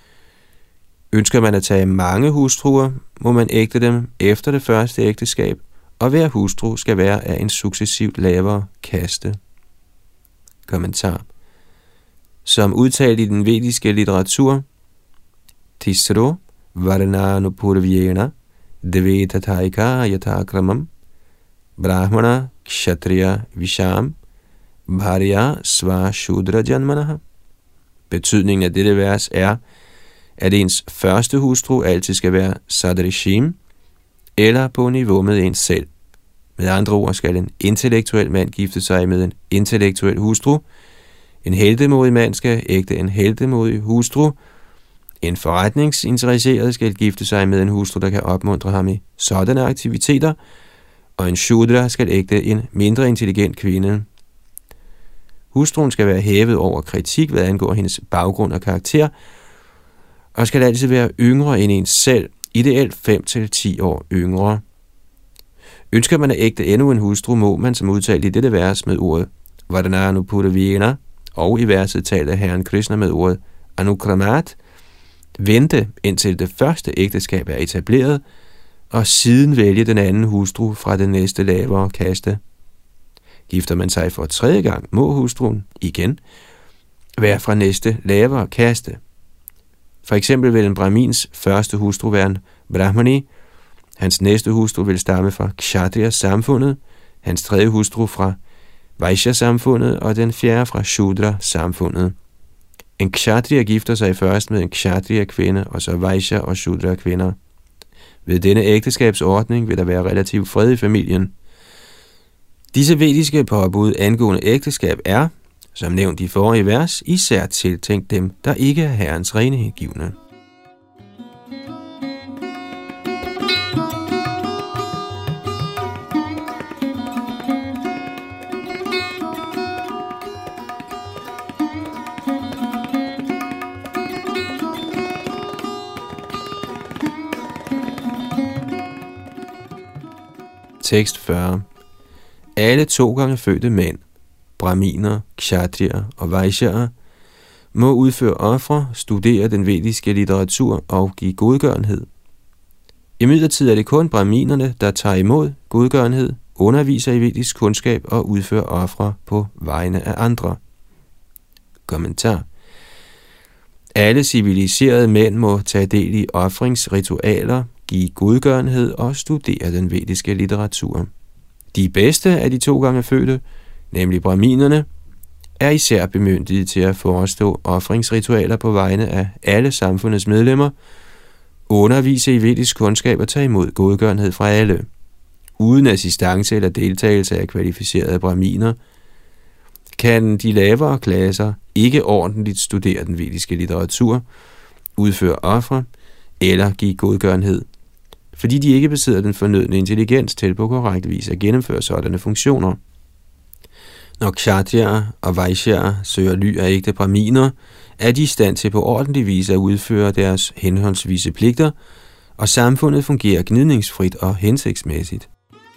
Ønsker man at tage mange hustruer, må man ægte dem efter det første ægteskab, og hver hustru skal være af en successivt lavere kaste. Kommentar. Som udtalt i den vediske litteratur, Tisro Varnanupurvyena Dvetataika Yatakramam Brahmana Kshatriya Visham Bharya Sva Shudra Janmanaha. Betydningen af dette vers er, at ens første hustru altid skal være sadrishim, eller på niveau med ens selv. Med andre ord skal en intellektuel mand gifte sig med en intellektuel hustru, en heltemodig mand skal ægte en heltemodig hustru, en forretningsinteresseret skal gifte sig med en hustru, der kan opmuntre ham i sådanne aktiviteter, og en shudra skal ægte en mindre intelligent kvinde. Hustruen skal være hævet over kritik, hvad angår hendes baggrund og karakter, og skal altid være yngre end ens selv, ideelt fem til ti år yngre. Ønsker man at ægte endnu en hustru, må man som udtalt i dette vers med ordet Vardhananupurvyena, og i verset talt af Herren Krishna med ordet Anukramat, vente indtil det første ægteskab er etableret, og siden vælge den anden hustru fra den næste lavere kaste. Gifter man sig for tredje gang, må hustruen igen være fra næste lavere kaste. For eksempel vil en brahmins første hustru være en brahmani, hans næste hustru vil stamme fra kshatriya-samfundet, hans tredje hustru fra vaishya-samfundet og den fjerde fra shudra-samfundet. En kshatriya gifter sig først med en kshatriya-kvinde og så vaishya- og shudra-kvinder. Ved denne ægteskabsordning vil der være relativ fred i familien. Disse vediske påbud angående ægteskab er, som nævnt i forrige vers, især tiltænkt dem, der ikke er Herrens rene hengivne. Tekst fyrre. Alle to gange fødte mænd, brahminer, kshatriyer og vaishyaer, må udføre ofre, studere den vediske litteratur og give godgørenhed. Imidlertid er det kun brahminerne, der tager imod godgørenhed, underviser i vedisk kundskab og udfører ofre på vegne af andre. Kommentar. Alle civiliserede mænd må tage del i ofringsritualer, give godgørenhed og studere den vediske litteratur. De bedste af de to gange fødte, nemlig brahminerne, er især bemyndiget til at forestå ofringsritualer på vegne af alle samfundets medlemmer, undervise i vedisk kundskab og tage imod godgørenhed fra alle. Uden assistance eller deltagelse af kvalificerede brahminer, kan de lavere klasser ikke ordentligt studere den vediske litteratur, udføre ofre eller give godgørenhed, fordi de ikke besidder den fornødne intelligens til på korrekt vis at gennemføre sådanne funktioner. Når kshatriya og vaishya søger ly af ægte brahminer, er de i stand til på ordentlig vis at udføre deres henholdsvise pligter, og samfundet fungerer gnidningsfrit og hensigtsmæssigt.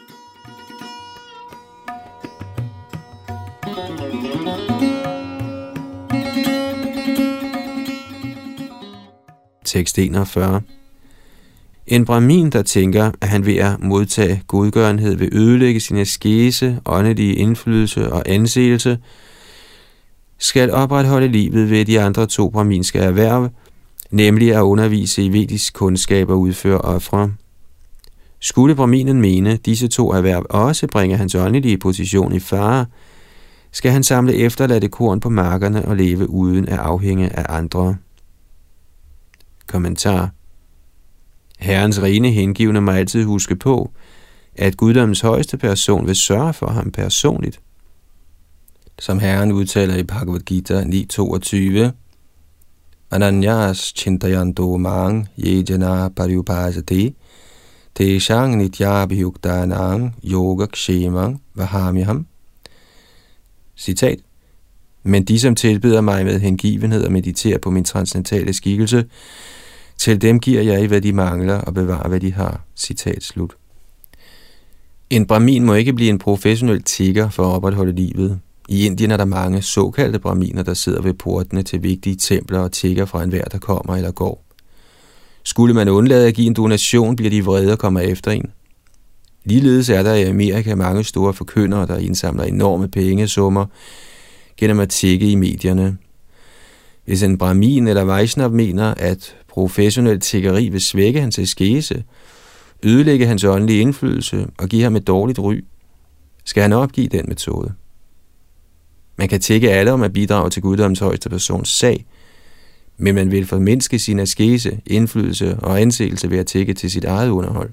Tekst enogfyrre. En brahmin, der tænker, at han ved at modtage godgørenhed vil ødelægge sin askese, åndelige indflydelse og anseelse, skal opretholde livet ved de andre to brahminske erhverv, nemlig at undervise i vedisk kundskab og udføre ofre. Skulle brahminen mene, disse to erhverv også bringer hans åndelige position i fare, skal han samle efterladte korn på markerne og leve uden at afhænge af andre. Kommentar. Herrens rene hengivne må altid huske på, at guddommens højeste person vil sørge for ham personligt. Som Herren udtaler i Bhagavad Gita ni toogtyve, Ananyas chintayanto mang ye jana pariupasate teshang nityabhiyuktanang yoga kshemang vahamyaham. Citat. Men de, som tilbeder mig med hengivenhed og mediterer på min transcendentale skikkelse, til dem giver jeg, hvad de mangler, og bevarer, hvad de har. Citat slut. En brahmin må ikke blive en professionel tigger for at opretholde livet. I Indien er der mange såkaldte brahminer, der sidder ved portene til vigtige templer og tigger fra enhver, der kommer eller går. Skulle man undlade at give en donation, bliver de vrede og kommer efter en. Ligeledes er der i Amerika mange store forkyndere, der indsamler enorme pengesummer gennem at tigge i medierne. Hvis en brahmin eller vaishnav mener, at professionel tiggeri vil svække hans askese, ødelægge hans åndelige indflydelse og give ham et dårligt ry, skal han opgive den metode. Man kan tigge alle om at bidrage til guddommens højeste persons sag, men man vil formindske sin askese, indflydelse og anseelse ved at tigge til sit eget underhold.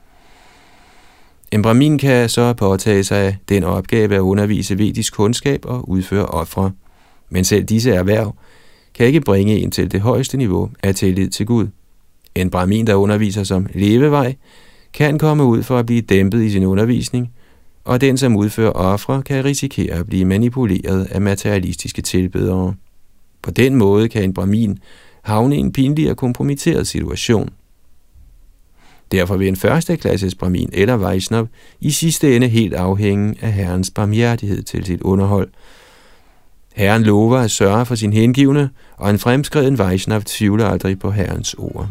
En brahmin kan så påtage sig den opgave at undervise vedisk kundskab og udføre ofre, men selv disse erhverv kan ikke bringe en til det højeste niveau af tillid til Gud. En brahmin, der underviser som levevej, kan komme ud for at blive dæmpet i sin undervisning, og den, som udfører ofre, kan risikere at blive manipuleret af materialistiske tilbedere. På den måde kan en brahmin havne i en pinlig og kompromitteret situation. Derfor vil en førsteklasses brahmin eller vaishnav i sidste ende helt afhænge af Herrens barmhjertighed til sit underhold. Herren lover at sørge for sin hengivne, og en fremskreden vaishnav tvivler aldrig på Herrens ord.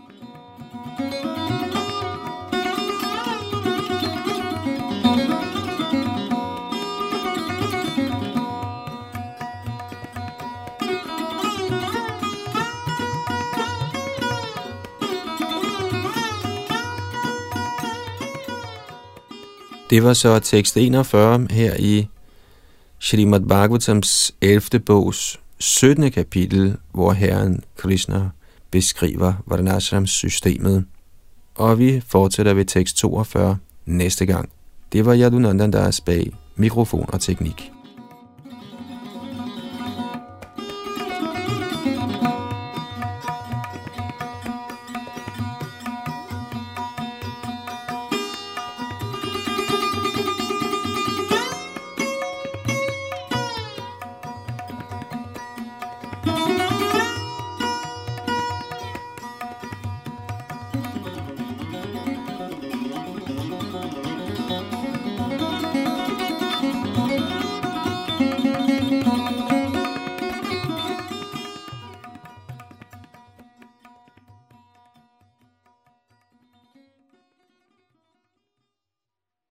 Det var så tekst enogfyrre her i Srimad Bhagavatams ellevte bogs syttende kapitel, hvor Herren Krishna beskriver Varnashrams-systemet. Og vi fortsætter ved tekst toogfyrre næste gang. Det var Yadunandan Das bag mikrofon og teknik.